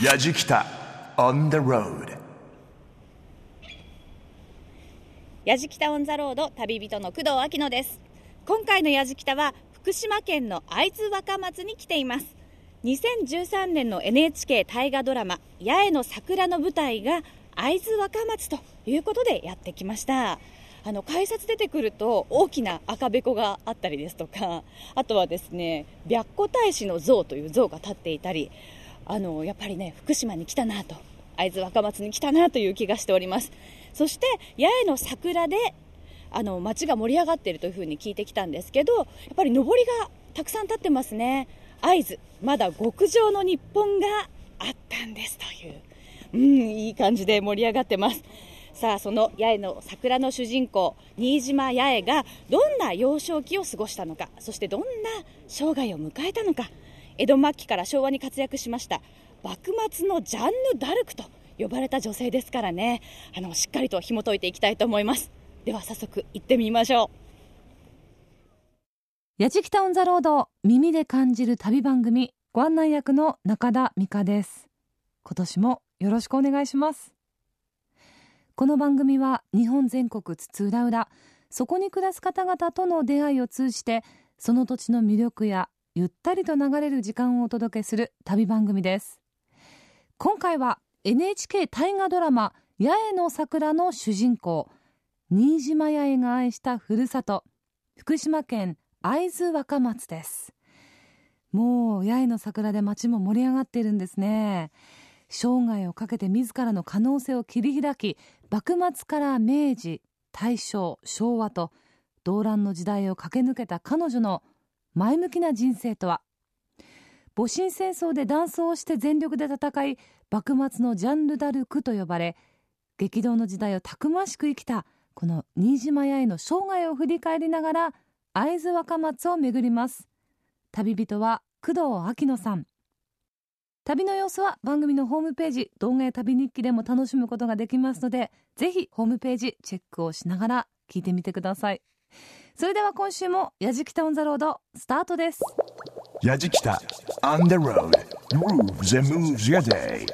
やじきた on the road。 やじきたオンザロード、旅人の工藤秋乃です。今回のやじきたは福島県の会津若松に来ています。2013年の NHK 大河ドラマ八重の桜の舞台が会津若松ということでやってきました。改札出てくると大きな赤べこがあったりですとか、あとはですね、白虎大師の像という像が立っていたり、やっぱりね、福島に来たなと、会津若松に来たなという気がしております。そして八重の桜で街が盛り上がっているというふうに聞いてきたんですけど、やっぱり上りがたくさん立ってますね。会津、まだ極上の日本があったんですという、いい感じで盛り上がってます。さあ、その八重の桜の主人公新島八重がどんな幼少期を過ごしたのか、そしてどんな生涯を迎えたのか、江戸末期から昭和に活躍しました幕末のジャンヌ・ダルクと呼ばれた女性ですからね、しっかりと紐解いていきたいと思います。では早速行ってみましょう。やじきたオンザロード、耳で感じる旅番組、ご案内役の中田美香です。今年もよろしくお願いします。この番組は日本全国津々浦々、そこに暮らす方々との出会いを通じて、その土地の魅力やゆったりと流れる時間をお届けする旅番組です。今回は NHK 大河ドラマ八重の桜の主人公新島八重が愛したふるさと、福島県会津若松です。もう八重の桜で街も盛り上がっているんですね。生涯をかけて自らの可能性を切り開き、幕末から明治、大正、昭和と動乱の時代を駆け抜けた彼女の前向きな人生とは。戊辰戦争で断層して全力で戦い、幕末のジャンヌ・ダルクと呼ばれ、激動の時代をたくましく生きたこの新島八重の生涯を振り返りながら会津若松を巡ります。旅人は工藤秋乃さん。旅の様子は番組のホームページ、動画や旅日記でも楽しむことができますので、ぜひホームページチェックをしながら聞いてみてください。それでは今週もやじきたオンザロードスタートです。 やじきた on the road。 Grooves and moves your day。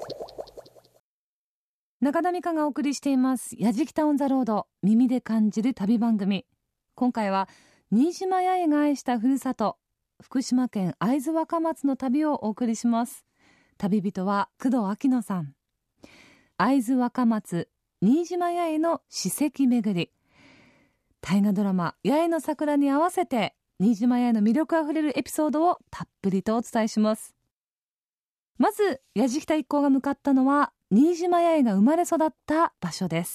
中田美香がお送りしていますやじきたオンザロード、耳で感じる旅番組。今回は新島八重が愛したふるさと、福島県会津若松の旅をお送りします。旅人は工藤秋乃さん。会津若松新島八重の史跡巡り。大河ドラマ八重の桜に合わせて新島八重の魅力あふれるエピソードをたっぷりとお伝えします。まずやじきた一行が向かったのは新島八重が生まれ育った場所です。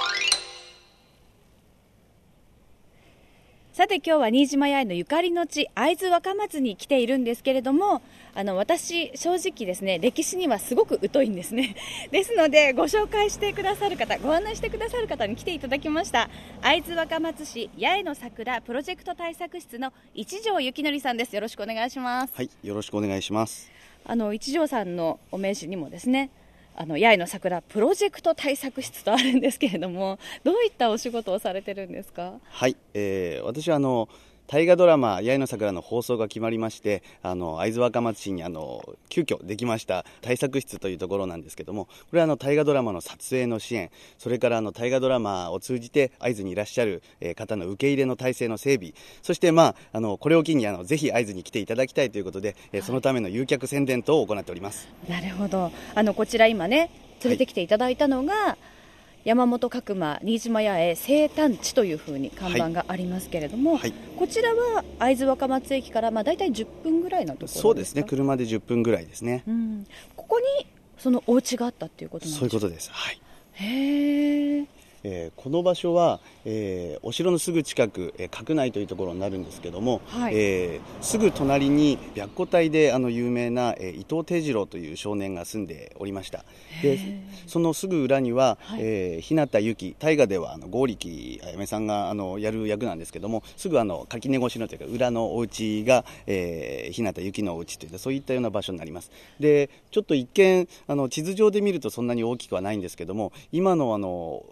さて、今日は新島八重のゆかりの地会津若松に来ているんですけれども、私正直ですね、歴史にはすごく疎いんですね。ですのでご紹介してくださる方、ご案内してくださる方に来ていただきました。会津若松市八重の桜プロジェクト対策室の一条幸則さんです。よろしくお願いします。 はい、よろしくお願いします。 一条さんのお名刺にもですね、八重の桜プロジェクト対策室とあるんですけれども、どういったお仕事をされてるんですか？ はい、私は大河ドラマ八重の桜の放送が決まりまして、会津若松市に急遽できました対策室というところなんですけども、これは大河ドラマの撮影の支援、それから大河ドラマを通じて会津にいらっしゃる方の受け入れの体制の整備、そしてこれを機にぜひ会津に来ていただきたいということで、そのための誘客宣伝等を行っております。 なるほど。こちら今ね、連れてきていただいたのが、山本角間新島八重生誕地というふうに看板がありますけれども、こちらは会津若松駅からだいたい10分ぐらいのところですか？ そうですね、車で10分ぐらいですね。 ここにそのお家があったっていうことなんですか？ そういうことです。はい。 へー。 この場所は、お城のすぐ近く、角内というところになるんですけども、すぐ隣に白虎隊で有名な、伊藤定次郎という少年が住んでおりました。でそのすぐ裏には、日向由紀、大河では剛力あやめさんがやる役なんですけども、すぐ垣根越しのというか裏のお家が、日向由紀のお家というそういったような場所になります。でちょっと一見地図上で見るとそんなに大きくはないんですけども、今の宅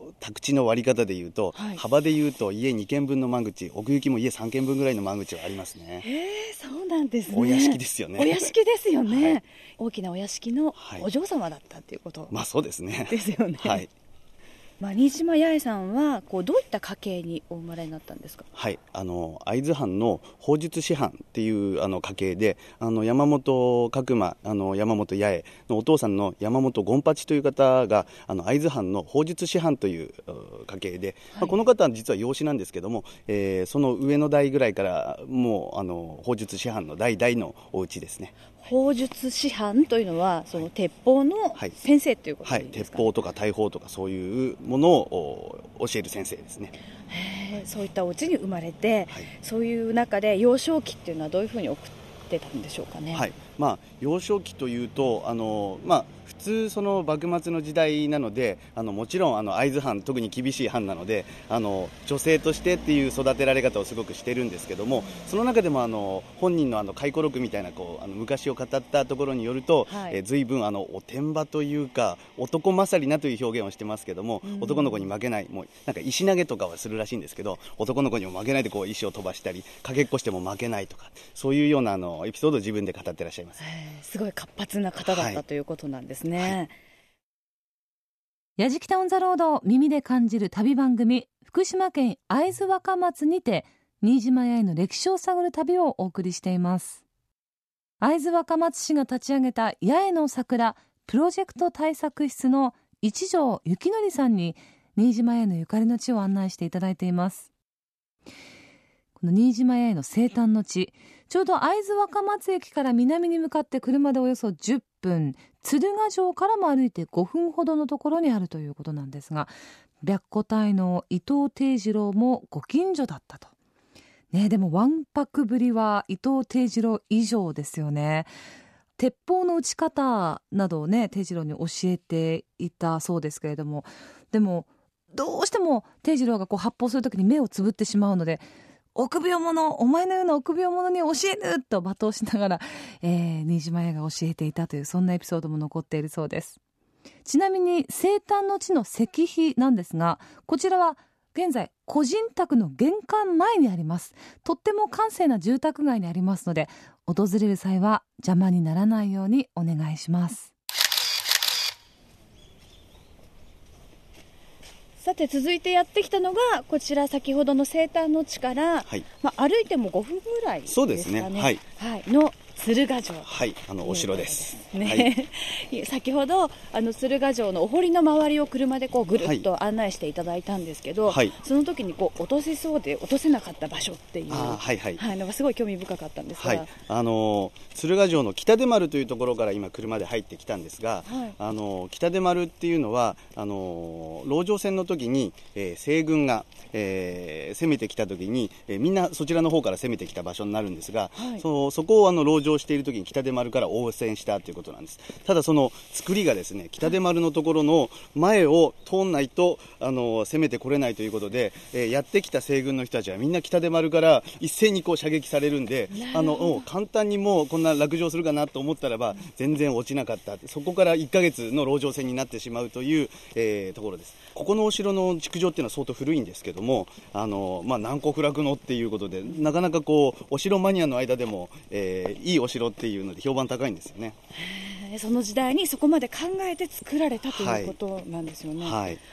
口の割り方でいうと、 はい、 幅でいうと家2軒分の間口、奥行きも家3軒分ぐらいの間口はありますね。 そうなんですね。 お屋敷ですよね。 お屋敷ですよね、 はい、 大きなお屋敷のお嬢様だったっていうこと、 まあそうですね。 ですよね。 はい。 新島八重さんはどういった家系にお生まれになったんですか？ はい、会津藩の砲術師範っていう家系で、山本角馬、山本八重のお父さんの山本権八という方が会津藩の砲術師範という家系で、はい、この方は実は養子なんですけども、その上の代ぐらいからもう砲術師範の代々のお家ですね。 砲術師範というのはその鉄砲の先生ということでいいですか？ はい、鉄砲とか大砲とかそういうものを教える先生ですね。 そういったお家に生まれて、はい、そういう中で幼少期っていうのはどういうふうに送ってたんでしょうかね。 はい、幼少期というと普通その幕末の時代なのでもちろん会津藩特に厳しい藩なので女性としてっていう育てられ方をすごくしてるんですけども、その中でも本人の回顧録みたいな昔を語ったところによると、はい、随分おてんばというか男勝りなという表現をしてますけども、男の子に負けない、もうなんか石投げとかはするらしいんですけど、男の子にも負けないで石を飛ばしたりかけっこしても負けないとか、そういうようなエピソードを自分で語ってらっしゃいます。 すごい活発な方だった、はい、ということなんですね。はい、 やじきたオンザロード、耳で感じる旅番組、福島県会津若松にて新島八重の歴史を探る旅をお送りしています。会津若松市が立ち上げた八重の桜プロジェクト対策室の一条幸則さんに新島八重のゆかりの地を案内していただいています。この新島八重の生誕の地、ちょうど会津若松駅から南に向かって車でおよそ10分、鶴ヶ城からも歩いて5分ほどのところにあるということなんですが、白虎隊の伊藤定次郎もご近所だったと、でもわんぱくぶりは伊藤定次郎以上ですよね。鉄砲の撃ち方などを定次郎に教えていたそうですけれども、でもどうしても定次郎が発砲するときに目をつぶってしまうので、臆病者、お前のような臆病者に教えぬと罵倒しながら、新島屋が教えていたという、そんなエピソードも残っているそうです。ちなみに生誕の地の石碑なんですが、こちらは現在個人宅の玄関前にあります。とっても閑静な住宅街にありますので、訪れる際は邪魔にならないようにお願いします。 さて続いてやってきたのがこちら、先ほどの生誕の地から、はい、歩いても5分ぐらいですかね。 そうですね、はいはい、の鶴ヶ城、 はい、お城ですね、はい、先ほど鶴ヶ城のお堀の周りを車でぐるっと案内していただいたんですけど、はい、その時に落とせそうで落とせなかった場所っていう、はいはいはい、なんかすごい興味深かったんですが、 はい、鶴ヶ城の北出丸というところから今車で入ってきたんですが、はい、北出丸っていうのは籠城戦の時に、西軍が、攻めてきた時に、みんなそちらの方から攻めてきた場所になるんですが、はい、そこを籠城している時に北出丸から応戦したということなんです。ただその作りがですね、北出丸のところの前を通んないと攻めてこれないということで、やってきた西軍の人たちはみんな北出丸から一斉に射撃されるんで、簡単にもうこんな落城するかなと思ったらば全然落ちなかった。そこから1ヶ月の籠城戦になってしまうという、ところです。ここのお城の築城っていうのは相当古いんですけども、難攻不落のっていうことで、なかなかお城マニアの間でも、いいお城っていうので評判高いんですよね。 その時代にそこまで考えて作られたということなんですよね。はい、なる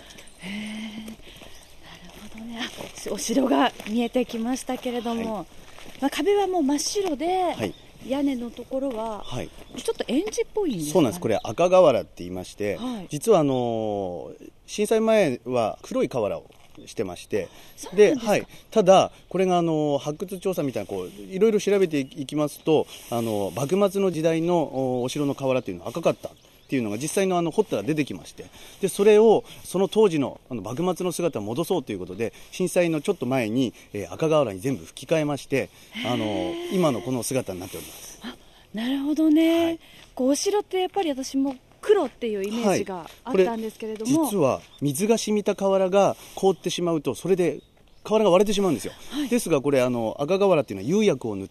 ほどね。お城が見えてきましたけれども、はい、壁はもう真っ白で、はい、屋根のところはちょっとえんじっぽいんですかね。 そうなんです。これ赤瓦って言いまして、はい、実は震災前は黒い瓦をしてまして、で、はい、ただこれが発掘調査みたいないろいろ調べていきますと、幕末の時代のお城の瓦っていうのは赤かったっていうのが実際の掘ったら出てきまして、でそれをその当時の幕末の姿を戻そうということで、震災のちょっと前に、赤瓦に全部吹き替えまして、今のこの姿になっております。 なるほどね、はい、お城ってやっぱり私も黒っていうイメージがあったんですけれども、 実は水が染みた瓦が凍ってしまうとそれで瓦が割れてしまうんですよ、はい、ですがこれ赤瓦っていうのは釉薬を塗って、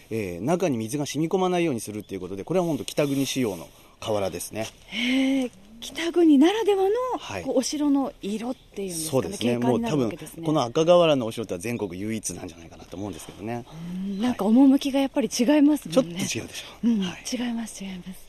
中に水が染み込まないようにするっていうことで、これは本当北国仕様の瓦ですね。 北国ならではの、 はい、 お城の色っていうんですかね。 そうですね。もう多分この赤瓦のお城とは全国唯一なんじゃないかなと思うんですけどね。 なんか趣がやっぱり違いますもんね。 ちょっと違うでしょう、 はい、違います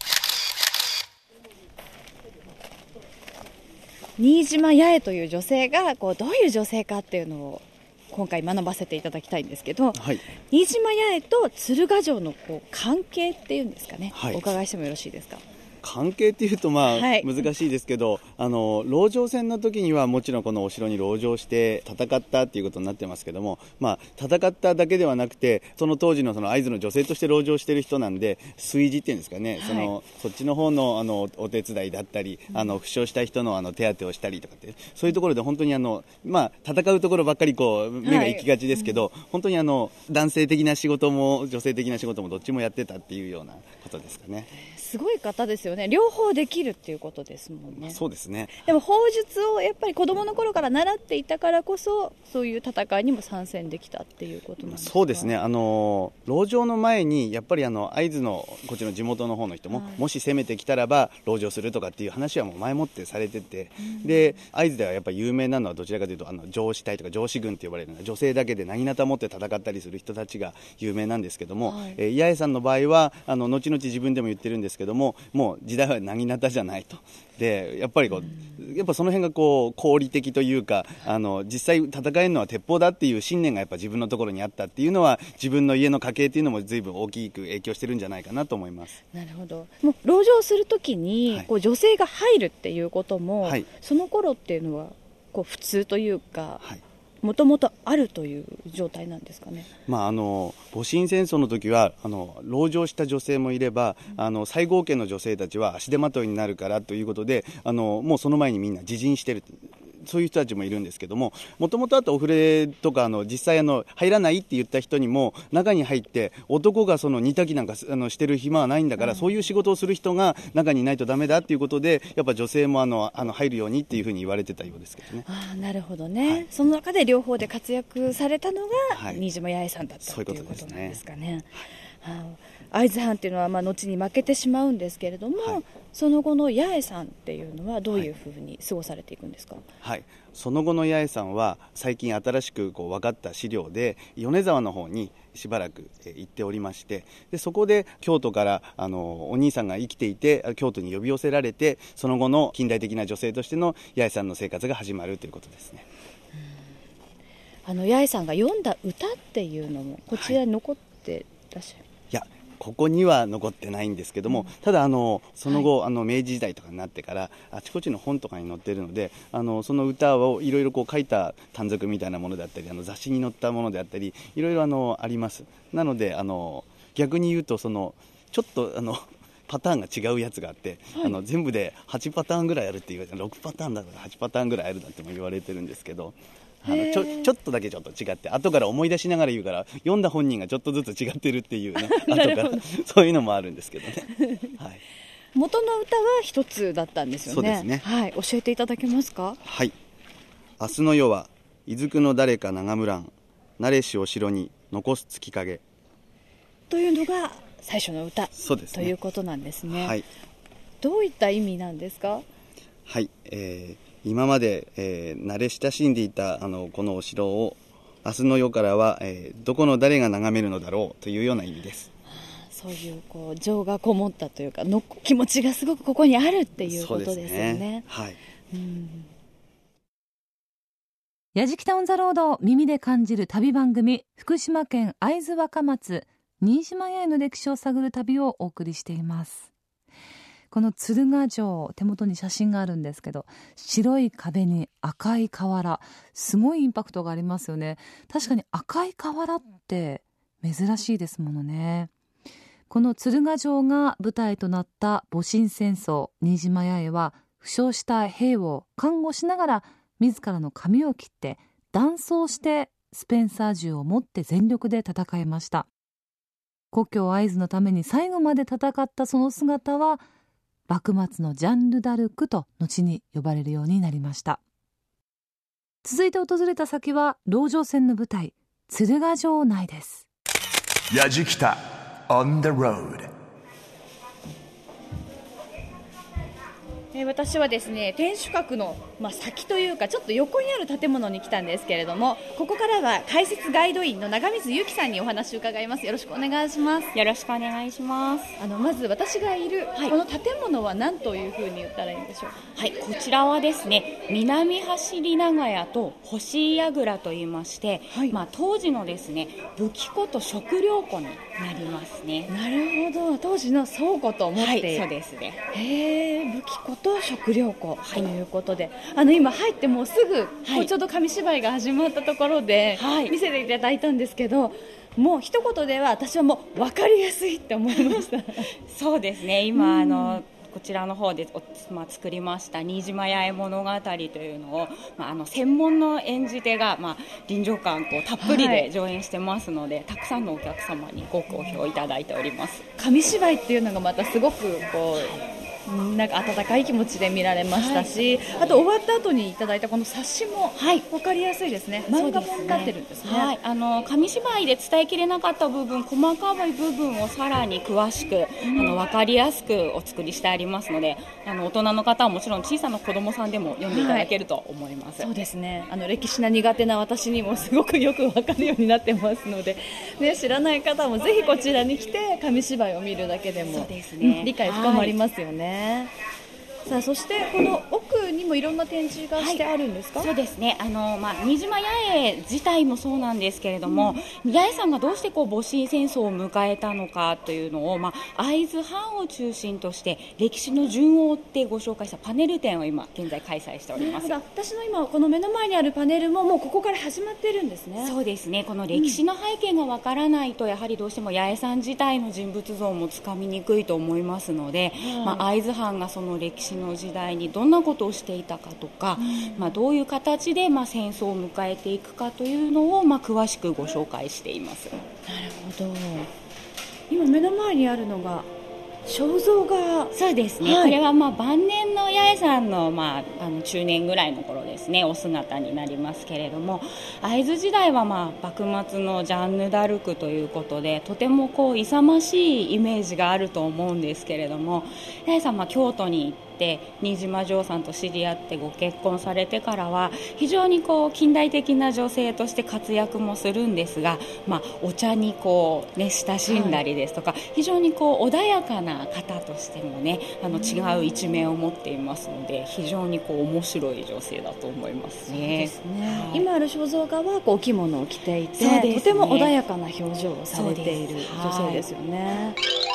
新島八重という女性がどういう女性かっていうのを今回学ばせていただきたいんですけど、 はい、 新島八重と鶴ヶ城の関係っていうんですかね、はい、お伺いしてもよろしいですか。 関係っていうと難しいですけど、籠城戦の時にはもちろんこのお城に籠城して戦ったっていうことになってますけども、戦っただけではなくてその当時の会津の女性として籠城している人なんで、炊事っていうんですかね、そっちの方のお手伝いだったり、負傷した人の手当てをしたりとかって、そういうところで本当に戦うところばっかり目が行きがちですけど、本当に男性的な仕事も女性的な仕事もどっちもやってたっていうようなことですかね。 すごい方ですよね。両方できるっていうことですもんね。 そうですね。 でも砲術をやっぱり子供の頃から習っていたからこそ、そういう戦いにも参戦できたっていうことなんですか。 そうですね。籠城の前にやっぱり会津のこっちの地元の方の人も、もし攻めてきたらば籠城するとかっていう話はもう前もってされてて、で会津ではやっぱり有名なのはどちらかというと上司隊とか上司軍って呼ばれる女性だけで薙刀持って戦ったりする人たちが有名なんですけども、八重さんの場合は後々自分でも言ってるんですけども、もう時代は薙刀じゃないと。でやっぱりやっぱその辺が功利的というか、実際戦えるのは鉄砲だっていう信念がやっぱ自分のところにあったっていうのは、自分の家の家系っていうのも随分大きく影響してるんじゃないかなと思います。 なるほど。もう籠城するときに、女性が入るっていうことも、その頃っていうのは普通というか、もともとあるという状態なんですかね。 戊辰戦争の時は籠城した女性もいれば、西郷家の女性たちは足手まといになるからということで、もうその前にみんな自陣してる、そういう人たちもいるんですけども、もともとあったお触れとか実際入らないって言った人にも、中に入って男が煮炊きなんかしてる暇はないんだから、そういう仕事をする人が中にいないとダメだっていうことで、やっぱ女性も入るようにっていうふうに言われてたようですけどね。 なるほどね、その中で両方で活躍されたのが新島八重さんだったということなんですかね。会津藩っていうのは後に負けてしまうんですけれども、その後の八重さんっていうのはどういうふうに過ごされていくんですか。 その後の八重さんは最近新しく分かった資料で、米沢の方にしばらく行っておりまして、でそこで京都からお兄さんが生きていて京都に呼び寄せられて、その後の近代的な女性としての八重さんの生活が始まるということですね。 八重さんが読んだ歌っていうのもこちらに残ってらっしゃる。 いや、ここには残ってないんですけども、ただその後、明治時代とかになってからあちこちの本とかに載っているので、その歌をいろいろ書いた短冊みたいなものであったり、雑誌に載ったものであったり、いろいろあります。なので逆に言うとちょっとパターンが違うやつがあって、全部で8パターンぐらいあるって言われて、6パターンだとか8パターンぐらいあるなんても言われてるんですけど、ちょっとだけちょっと違って、後から思い出しながら言うから、読んだ本人がちょっとずつ違ってるっていうね後からそういうのもあるんですけどね元の歌は一つだったんですよね。 そうですね。 教えていただけますか。 明日の夜は伊豆久の誰か長むらん、なれしお城に残す月影というのが最初の歌。 そうですね。 ということなんですね。どういった意味なんですか。 今まで、慣れ親しんでいたこのお城を明日の夜からは、どこの誰が眺めるのだろうというような意味です。 そういう情がこもったというかの気持ちがすごくここにあるっていうことですよね。 やじきたオンザロード、耳で感じる旅番組、福島県会津若松新島八重の歴史を探る旅をお送りしています。この鶴ヶ城、手元に写真があるんですけど、白い壁に赤い瓦、すごいインパクトがありますよね。確かに赤い瓦って珍しいですものね。この鶴ヶ城が舞台となった戊辰戦争、新島八重は負傷した兵を看護しながら自らの髪を切って男装してスペンサー銃を持って全力で戦いました。故郷会津のために最後まで戦ったその姿は幕末のジャンヌ・ダルクと後に呼ばれるようになりました。続いて訪れた先は籠城戦の舞台、鶴ヶ城内です。 やじきた on the road。 私はですね、天守閣の、先というかちょっと横にある建物に来たんですけれども、ここからは解説ガイド員の長水ゆきさんにお話を伺います。よろしくお願いします。 よろしくお願いします。 まず私がいる、この建物は何というふうに言ったらいいんでしょうか。 はい、こちらはですね、南走り長屋と星井櫓といいまして、当時のですね、武器庫と食料庫になりますね。 なるほど、当時の倉庫と思っている。 そうですね。 武器庫と食料庫ということで、今入ってもうすぐ、ちょうど紙芝居が始まったところで、見せていただいたんですけど、もう一言では私はもう分かりやすいって思いましたそうですね、今、こちらの方で作りました新島八重物語というのを、専門の演じ手が、臨場感たっぷりで上演してますので、たくさんのお客様にご好評いただいております。 紙芝居っていうのがまたすごくなんか温かい気持ちで見られましたし、あと終わった後にいただいたこの冊子も分かりやすいですね。漫画本になってるんですね。 紙芝居で伝えきれなかった部分、細かい部分をさらに詳しく、分かりやすくお作りしてありますので、大人の方はもちろん小さな子供さんでも読んでいただけると思います。 そうですね、歴史が苦手な私にもすごくよく分かるようになってますので、知らない方もぜひこちらに来て紙芝居を見るだけでもそうですね、 理解深まりますよね。さあ、そしてこの奥にもいろんな展示がしてあるんですか。 そうですね、新島八重自体もそうなんですけれども、八重さんがどうして戊辰戦争を迎えたのかというのを、会津藩を中心として歴史の順を追ってご紹介したパネル展を今現在開催しております。 私の今この目の前にあるパネルももうここから始まっているんですね。 そうですね、この歴史の背景がわからないと、やはりどうしても八重さん自体の人物像もつかみにくいと思いますので、会津藩がその歴史の時代にどんなことをしていたかとか、どういう形で戦争を迎えていくかというのを詳しくご紹介しています。 なるほど。今目の前にあるのが肖像画。 そうですね、これは晩年の八重さんの、中年ぐらいの頃ですね、お姿になりますけれども、会津時代は幕末のジャンヌ・ダルクということで、とても勇ましいイメージがあると思うんですけれども、八重さんは京都に行って新島嬢さんと知り合ってご結婚されてからは、非常に近代的な女性として活躍もするんですが、お茶に親しんだりですとか、非常に穏やかな方としてもね、違う一面を持っていますので、非常に面白い女性だと思いますね。 そうですね、今ある肖像画はお着物を着ていて、とても穏やかな表情をされている女性ですよね。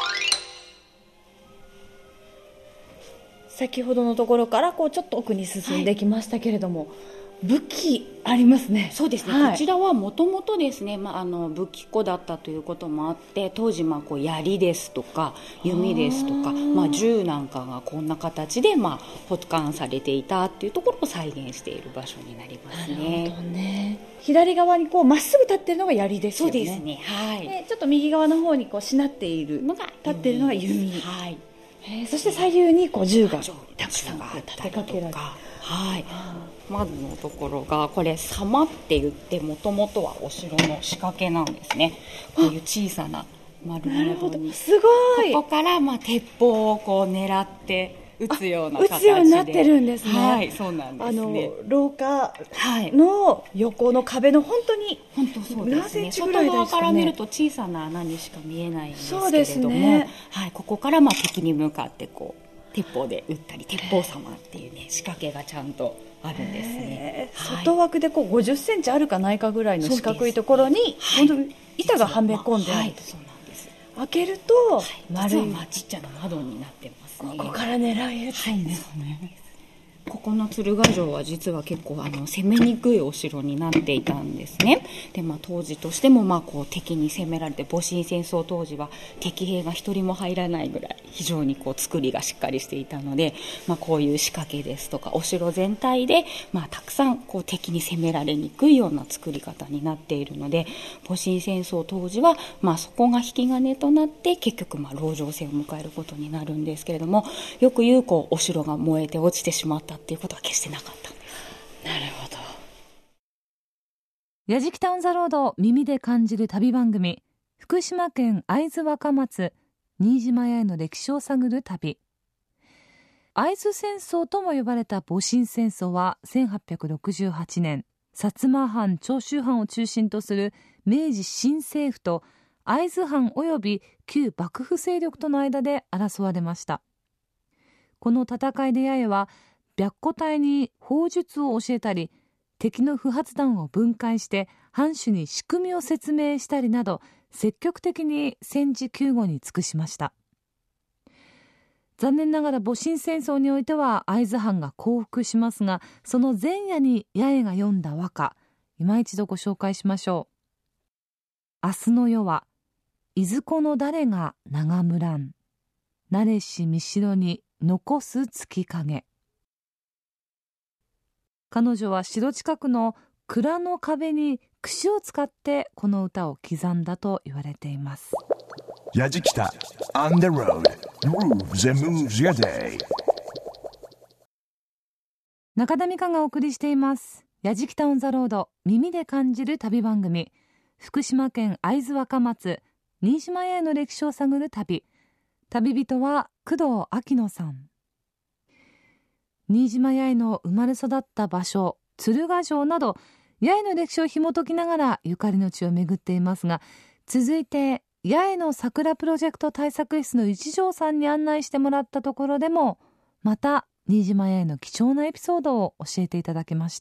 先ほどのところからちょっと奥に進んできましたけれども、武器ありますね。 そうですね、こちらはもともとですね、武器庫だったということもあって、当時槍ですとか弓ですとか、銃なんかがこんな形で保管されていたというところを再現している場所になりますね。 なるほどね。左側にまっすぐ立っているのが槍ですよね。 そうですね、 でちょっと右側の方にしなっているのが立っているのが弓。そして左右に銃がたくさん立てかけられる。 窓のところがこれ様って言って、もともとはお城の仕掛けなんですね。こういう小さな丸窓に、 すごい、 ここから鉄砲を狙って撃つような形で撃つようになってるんですね。 はい、そうなんですね。 廊下の横の壁の本当にそうですね、外側から見ると小さな穴にしか見えないんですけれども、 そうですね、 ここから敵に向かって鉄砲で撃ったり、鉄砲様っていうね、仕掛けがちゃんとあるんですね。 外枠で50センチあるかないかぐらいの四角いところに本当に板がはめ込んである。 そうなんです。 開けると丸いちっちゃな窓になってますね。 ここから狙えるんですね。 ここの鶴ヶ城は実は結構攻めにくいお城になっていたんですね。で、当時としても敵に攻められて、戊辰戦争当時は敵兵が一人も入らないぐらい非常に作りがしっかりしていたので、こういう仕掛けですとかお城全体でたくさん敵に攻められにくいような作り方になっているので、戊辰戦争当時はそこが引き金となって結局籠城戦を迎えることになるんですけれども、よく言うお城が燃えて落ちてしまったっていうことは決してなかったんです。 なるほど。 やじきたオンザロード、耳で感じる旅番組、福島県会津若松新島八重の歴史を探る旅。 会津戦争とも呼ばれた戊辰戦争は1868年、薩摩藩長州藩を中心とする明治新政府と会津藩及び旧幕府勢力との間で争われました。この戦いで八重は白虎隊に砲術を教えたり、敵の不発弾を分解して藩主に仕組みを説明したりなど、積極的に戦時救護に尽くしました。残念ながら戊辰戦争においては会津藩が降伏しますが、その前夜に八重が詠んだ和歌、今一度ご紹介しましょう。明日の夜はいずこの誰が長むらん、なれし見代に残す月影。彼女は城近くの蔵の壁に櫛を使ってこの歌を刻んだと言われています。 やじきた On the road grooves and moves your day。 中田美香がお送りしていますやじきたオンザロード、耳で感じる旅番組。福島県会津若松、新島八重の歴史を探る旅。旅人は工藤秋野さん。新島八重の生まれ育った場所、鶴ヶ城など八重の歴史を紐解きながらゆかりの地を巡っていますが、続いて八重の桜プロジェクト対策室の一条さんに案内してもらったところでも、また新島八重の貴重なエピソードを教えていただきました。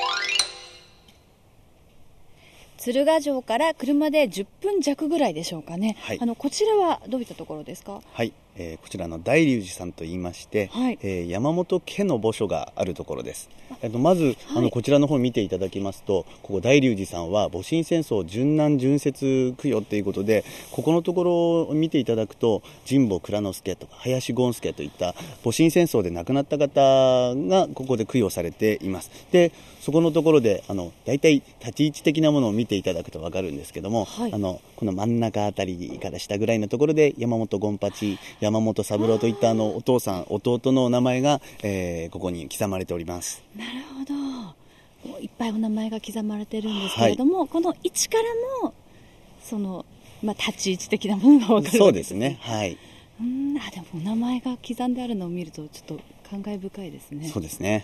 鶴ヶ城から車で10分弱ぐらいでしょうかね。 はい、 こちらはどういったところですか？ はい、こちらの大龍寺さんといいまして、はい、山本家の墓所があるところです。まず、はい、こちらの方を見ていただきますと、ここ大龍寺さんは戊辰戦争殉難殉節供養ということで、ここのところを見ていただくと神保蔵之介とか林権助といった戊辰戦争で亡くなった方がここで供養されています。で、そこのところでだいたい立ち位置的なものを見ていただくと分かるんですけども、はい、この真ん中あたりから下ぐらいのところで山本権八、山本三郎といったお父さん弟のお名前が、ここに刻まれております。 なるほど。いっぱいお名前が刻まれてるんですけれども、はい、この位置からもその、立ち位置的なものが分かるわけですね。そうですね、はい。でもお名前が刻んであるのを見るとちょっと感慨深いですね。 そうですね。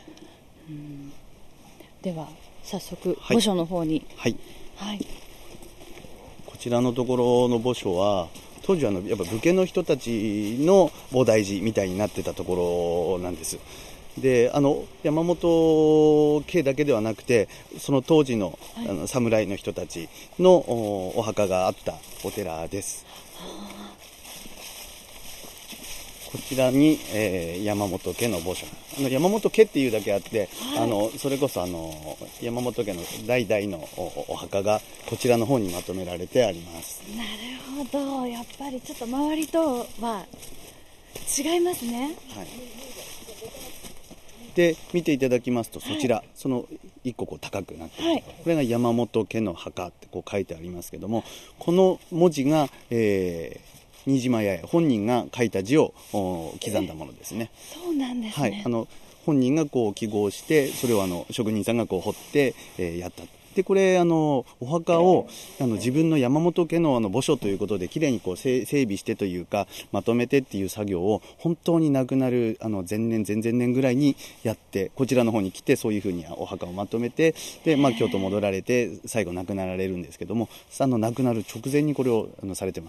では早速墓所の方に、 はいはいはい、こちらのところの墓所は当時やっぱ武家の人たちの菩提寺みたいになってたところなんです。で、山本家だけではなくて、その当時の、侍の人たちの お墓があったお寺です。こちらに、山本家の墓所、山本家っていうだけあって、はい、それこそ山本家の代々の お墓がこちらの方にまとめられてあります。 なるほど。やっぱりちょっと周りとは違いますね。はい。 で、見ていただきますと、そちら、はい、その一個高くなっている、はい、これが山本家の墓って書いてありますけども、この文字が、新島八重本人が書いた字を刻んだものですね。 そうなんですね。 はい、本人が記号して、それを職人さんが彫って、やった。で、これお墓を自分の山本家の墓所ということできれいに整備してというかまとめてっていう作業を本当に亡くなる前年前々年ぐらいにやって、こちらの方に来てそういうふうにお墓をまとめて、で、京都戻られて最後亡くなられるんですけども、亡くなる直前にこれをされてます。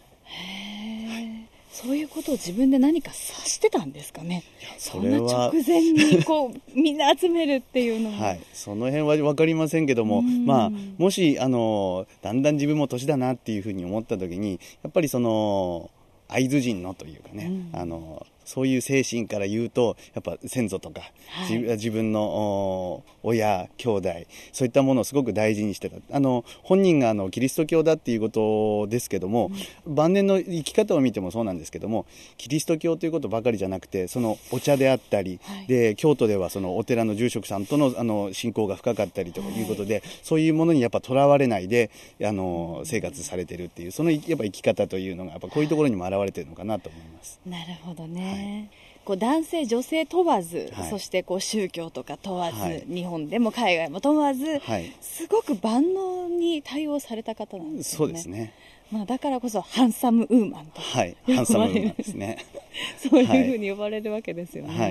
そういうことを自分で何か察してたんですかね。そんな直前にみんな集めるっていうのは、 はい、その辺は分かりませんけども、もしだんだん自分も年だなっていうふうに思った時に、やっぱり会津人のというかね、そういう精神から言うとやっぱ先祖とか、はい、自分の親兄弟そういったものをすごく大事にしてた。本人がキリスト教だっていうことですけども、晩年の生き方を見てもそうなんですけども、キリスト教ということばかりじゃなくて、そのお茶であったり、はい、で京都ではそのお寺の住職さんとの信仰が深かったりとかいうことで、はい、そういうものにやっぱとらわれないで生活されてるっていう、そのやっぱ生き方というのがやっぱこういうところにも表れてるのかなと思います。 なるほどね、はい、男性女性問わず、はい、そして宗教とか問わず、はい、日本でも海外も問わず、はい、すごく万能に対応された方なんですよね。 そうですね。 だからこそハンサムウーマンとはい、ハンサムウーマンですねそういうふうに呼ばれるわけですよね、はい。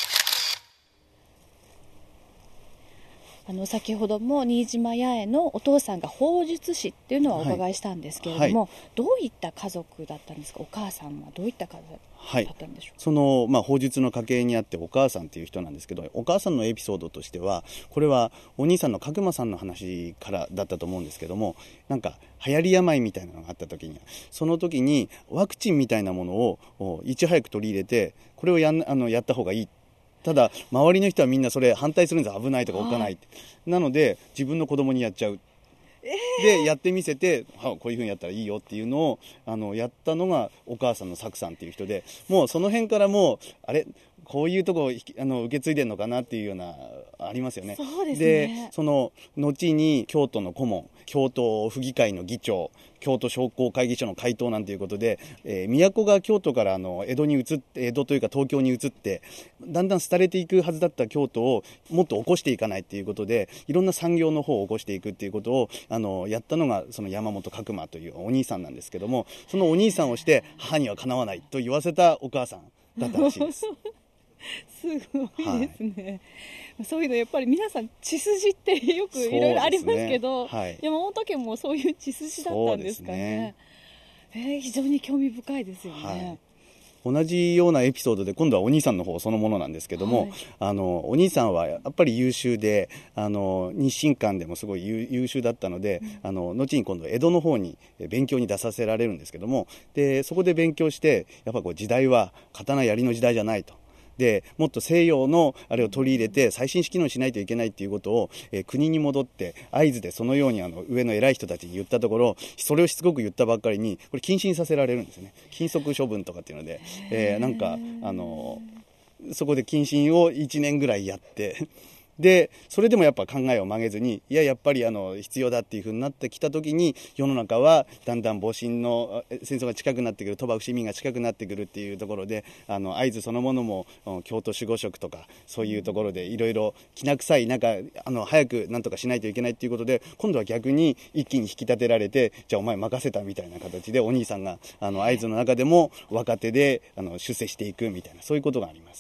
先ほども新島八重のお父さんが砲術師っていうのはお伺いしたんですけれども、はい、どういった家族だったんですか？お母さんはどういった家族だったんでしょう？はい、 その、砲術の家系にあってお母さんっていう人なんですけど、お母さんのエピソードとしては、これはお兄さんの角間さんの話からだったと思うんですけども、なんか流行り病みたいなのがあった時に、その時にワクチンみたいなものをいち早く取り入れて、これをやった方がいい。ただ周りの人はみんなそれ反対するんです。危ないとか置かないって、なので自分の子供にやっちゃう、でやってみせて、こういうふうにやったらいいよっていうのをやったのがお母さんのサクさんっていう人で、もうその辺からもうこういうとこ受け継いでるのかなっていうようなありますよね。 そうですね。 でその後に京都の顧問、京都府議会の議長、京都商工会議所の会頭なんていうことで、都が京都から江戸というか東京に移って、だんだん廃れていくはずだった京都をもっと起こしていかないっていうことで、いろんな産業の方を起こしていくっていうことをやったのがその山本角間というお兄さんなんですけども、そのお兄さんをして母にはかなわないと言わせたお母さんだったらしいですすごいですね、はい、そういうのやっぱり皆さん血筋ってよくいろいろありますけど、はい、山本家もそういう血筋だったんですかね。非常に興味深いですよね、 はい、同じようなエピソードで今度はお兄さんの方そのものなんですけども、はい、お兄さんはやっぱり優秀で日清館でもすごい優秀だったので、後に今度江戸の方に勉強に出させられるんですけども、でそこで勉強して、やっぱ時代は刀槍の時代じゃないと。でもっと西洋のあれを取り入れて最新式のにしないといけないっていうことを、国に戻って会津でそのように上の偉い人たちに言ったところ、それをしつこく言ったばっかりにこれ謹慎させられるんですよね。禁足処分とかっていうので、なんかそこで謹慎を1年ぐらいやってでそれでもやっぱ考えを曲げずに、やっぱり必要だっていう風になってきた時に、世の中はだんだん戊辰の戦争が近くなってくる、賭博市民が近くなってくるっていうところで、会津そのものも京都守護職とかそういうところでいろいろきな臭い早くなんとかしないといけないっていうことで、今度は逆に一気に引き立てられて、じゃあお前任せたみたいな形でお兄さんが会津の中でも若手で出世していくみたいな、そういうことがあります。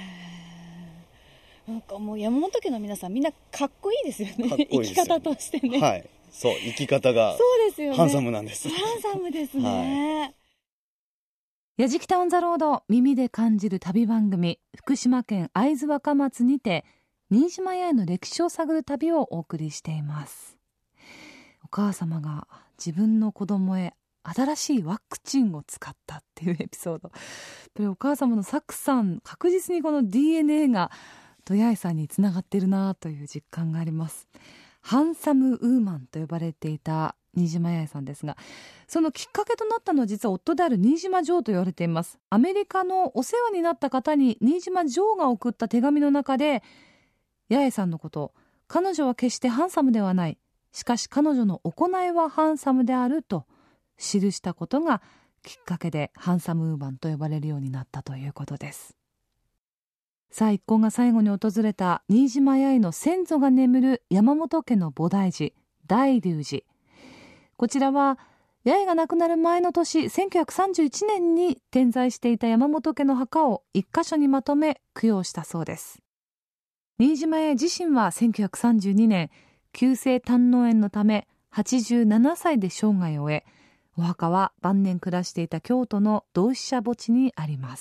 なんかもう山本家の皆さんみんなかっこいいですよね。生き方としてね。 はい、そう生き方がそうですよね。 ハンサムなんです。 ハンサムですね。 はい、やじきたオンザロード、耳で感じる旅番組、福島県会津若松にて新島八重の歴史を探る旅をお送りしています。お母様が自分の子供へ新しいワクチンを使ったっていうエピソード、やっぱりお母様のサクさん、確実にこの DNA が八重さんにつながっているなという実感があります。ハンサムウーマンと呼ばれていた新島八重さんですが、そのきっかけとなったのは実は夫である新島ジョーと言われています。アメリカのお世話になった方に新島ジョーが送った手紙の中で、八重さんのこと、彼女は決してハンサムではない、しかし彼女の行いはハンサムであると記したことがきっかけでハンサムウーマンと呼ばれるようになったということです。さあ、一行が最後に訪れた新島八重の先祖が眠る山本家の菩提寺、大龍寺。こちらは八重が亡くなる前の年1931年に点在していた山本家の墓を一箇所にまとめ供養したそうです。新島八重自身は1932年急性胆嚢炎のため87歳で生涯を終え、お墓は晩年暮らしていた京都の同志社墓地にあります。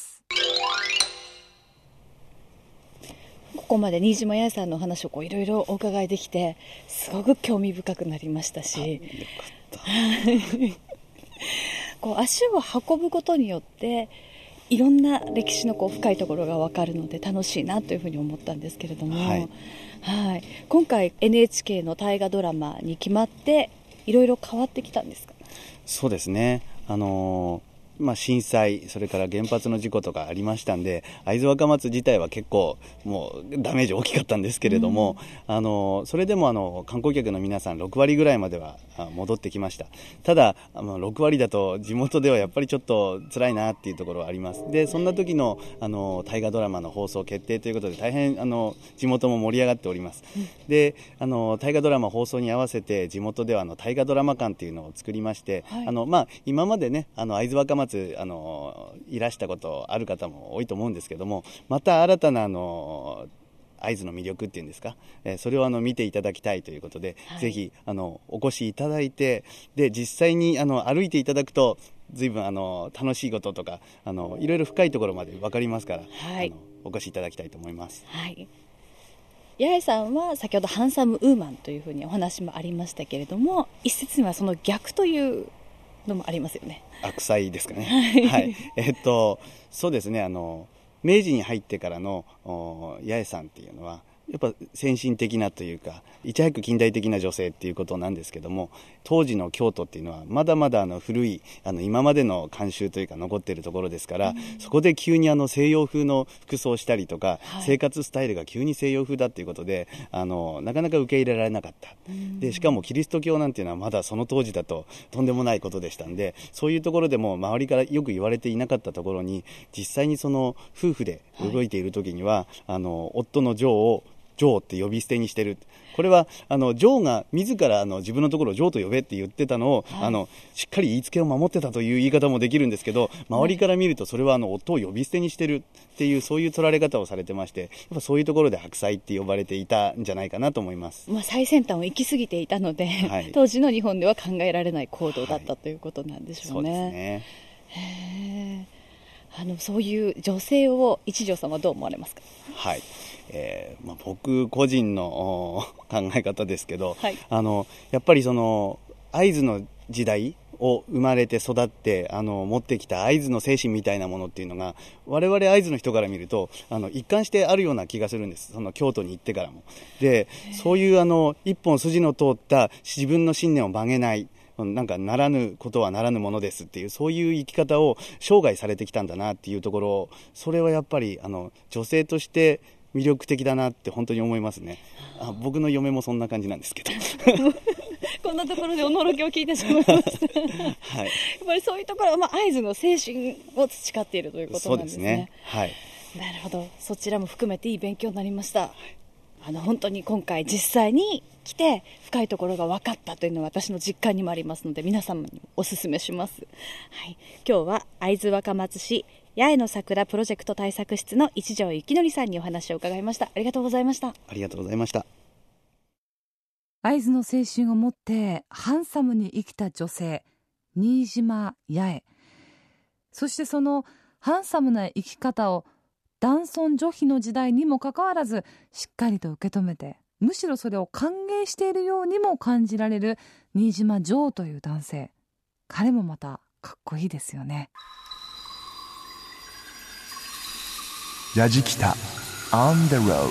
ここまで新島八重さんのお話をいろいろお伺いできて、すごく興味深くなりましたし、足を運ぶことによっていろんな歴史の深いところが分かるので楽しいなというふうに思ったんですけれども、はい、今回 NHK の大河ドラマに決まっていろいろ変わってきたんですか？ そうですね、 震災、それから原発の事故とかありましたんで、会津若松自体は結構もうダメージ大きかったんですけれども、それでも観光客の皆さん6割ぐらいまでは戻ってきました。ただ6割だと地元ではやっぱりちょっと辛いなっていうところはあります。でそんな時の大河ドラマの放送決定ということで大変地元も盛り上がっております。で大河ドラマ放送に合わせて地元では大河ドラマ館っていうのを作りまして、今までね会津若松いらしたことある方も多いと思うんですけども、また新たな会津の魅力っていうんですか、それを見ていただきたいということで、ぜひお越しいただいて、で実際に歩いていただくと随分楽しいこととかいろいろ深いところまで分かりますから、お越しいただきたいと思います。 八重さんは先ほどハンサムウーマンというふうにお話もありましたけれども、一説にはその逆というのもありますよね。 悪妻ですかね。そうですね、明治に入ってからの八重さんっていうのはやっぱ先進的なというか、いち早く近代的な女性っていうことなんですけども、当時の京都っていうのはまだまだ古い今までの慣習というか残っているところですから、そこで急に西洋風の服装をしたりとか、生活スタイルが急に西洋風だということでなかなか受け入れられなかった。でしかもキリスト教なんていうのはまだその当時だととんでもないことでしたんで、そういうところでも周りからよく言われていなかったところに、実際にその夫婦で動いている時には、夫のジョーをジョーって呼び捨てにしてる。これはジョーが自ら自分のところをジョーと呼べって言ってたのを、しっかり言いつけを守ってたという言い方もできるんですけど、周りから見るとそれは夫を呼び捨てにしてるっていう、そういう取られ方をされてまして、やっぱそういうところで白妻って呼ばれていたんじゃないかなと思います。 最先端を行き過ぎていたので、当時の日本では考えられない行動だったということなんでしょうね。 そうですね。 そういう女性を一条さんはどう思われますか？ 僕個人の考え方ですけど、やっぱりその会津の時代を生まれて育って持ってきた会津の精神みたいなものっていうのが、我々会津の人から見ると一貫してあるような気がするんです。その京都に行ってからも。でそういう一本筋の通った自分の信念を曲げない、なんかならぬことはならぬものですっていう、そういう生き方を生涯されてきたんだなっていうところ、それはやっぱり女性として魅力的だなって本当に思いますね。僕の嫁もそんな感じなんですけどこんなところでおのろけを聞いてしまいましたやっぱりそういうところは、会津の精神を培っているということなんですね。 そうですね。 なるほど、そちらも含めていい勉強になりました。本当に今回実際に来て深いところが分かったというのは私の実感にもありますので、皆様にもお勧めします。今日は会津若松市八重の桜プロジェクト対策室の一条幸則さんにお話を伺いました。ありがとうございました。 ありがとうございました。 会津の青春を持ってハンサムに生きた女性、新島八重。そしてそのハンサムな生き方を男尊女卑の時代にもかかわらずしっかりと受け止めて、むしろそれを歓迎しているようにも感じられる新島丈という男性。彼もまたかっこいいですよね。 やじきた on the road。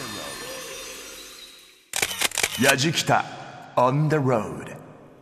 やじきた on the road。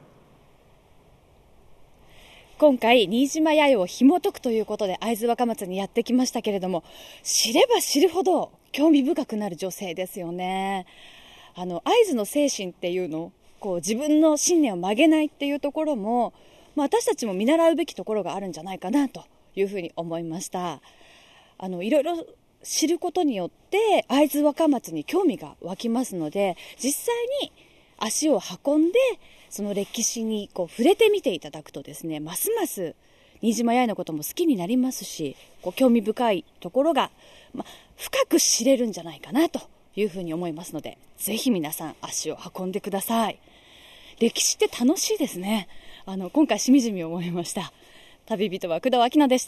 今回新島八重を紐解くということで会津若松にやってきましたけれども、知れば知るほど興味深くなる女性ですよね。会津の精神っていうのを自分の信念を曲げないっていうところも、私たちも見習うべきところがあるんじゃないかなというふうに思いました。いろいろ知ることによって会津若松に興味が湧きますので、実際に足を運んでその歴史に触れてみていただくとですね、ますます新島八重のことも好きになりますし、興味深いところが、深く知れるんじゃないかなというふうに思いますので、ぜひ皆さん足を運んでください。歴史って楽しいですね。今回しみじみ思いました。旅人は工藤秋菜でした。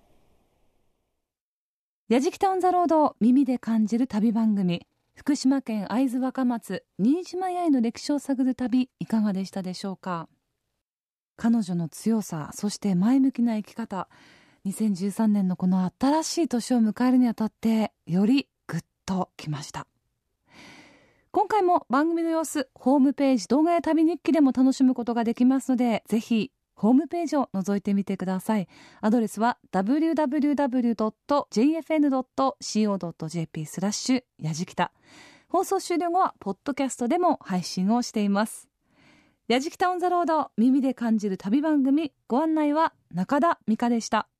やじきたオンザロード、耳で感じる旅番組。福島県会津若松新島八重の歴史を探る旅、いかがでしたでしょうか。彼女の強さ、そして前向きな生き方、2013年のこの新しい年を迎えるにあたってよりグッときました。今回も番組の様子、ホームページ動画や旅日記でも楽しむことができますので、ぜひホームページを覗いてみてください。アドレスは www.jfn.co.jp/ やじきた。放送終了後はポッドキャストでも配信をしています。やじきたオンザロード、耳で感じる旅番組、ご案内は中田美香でした。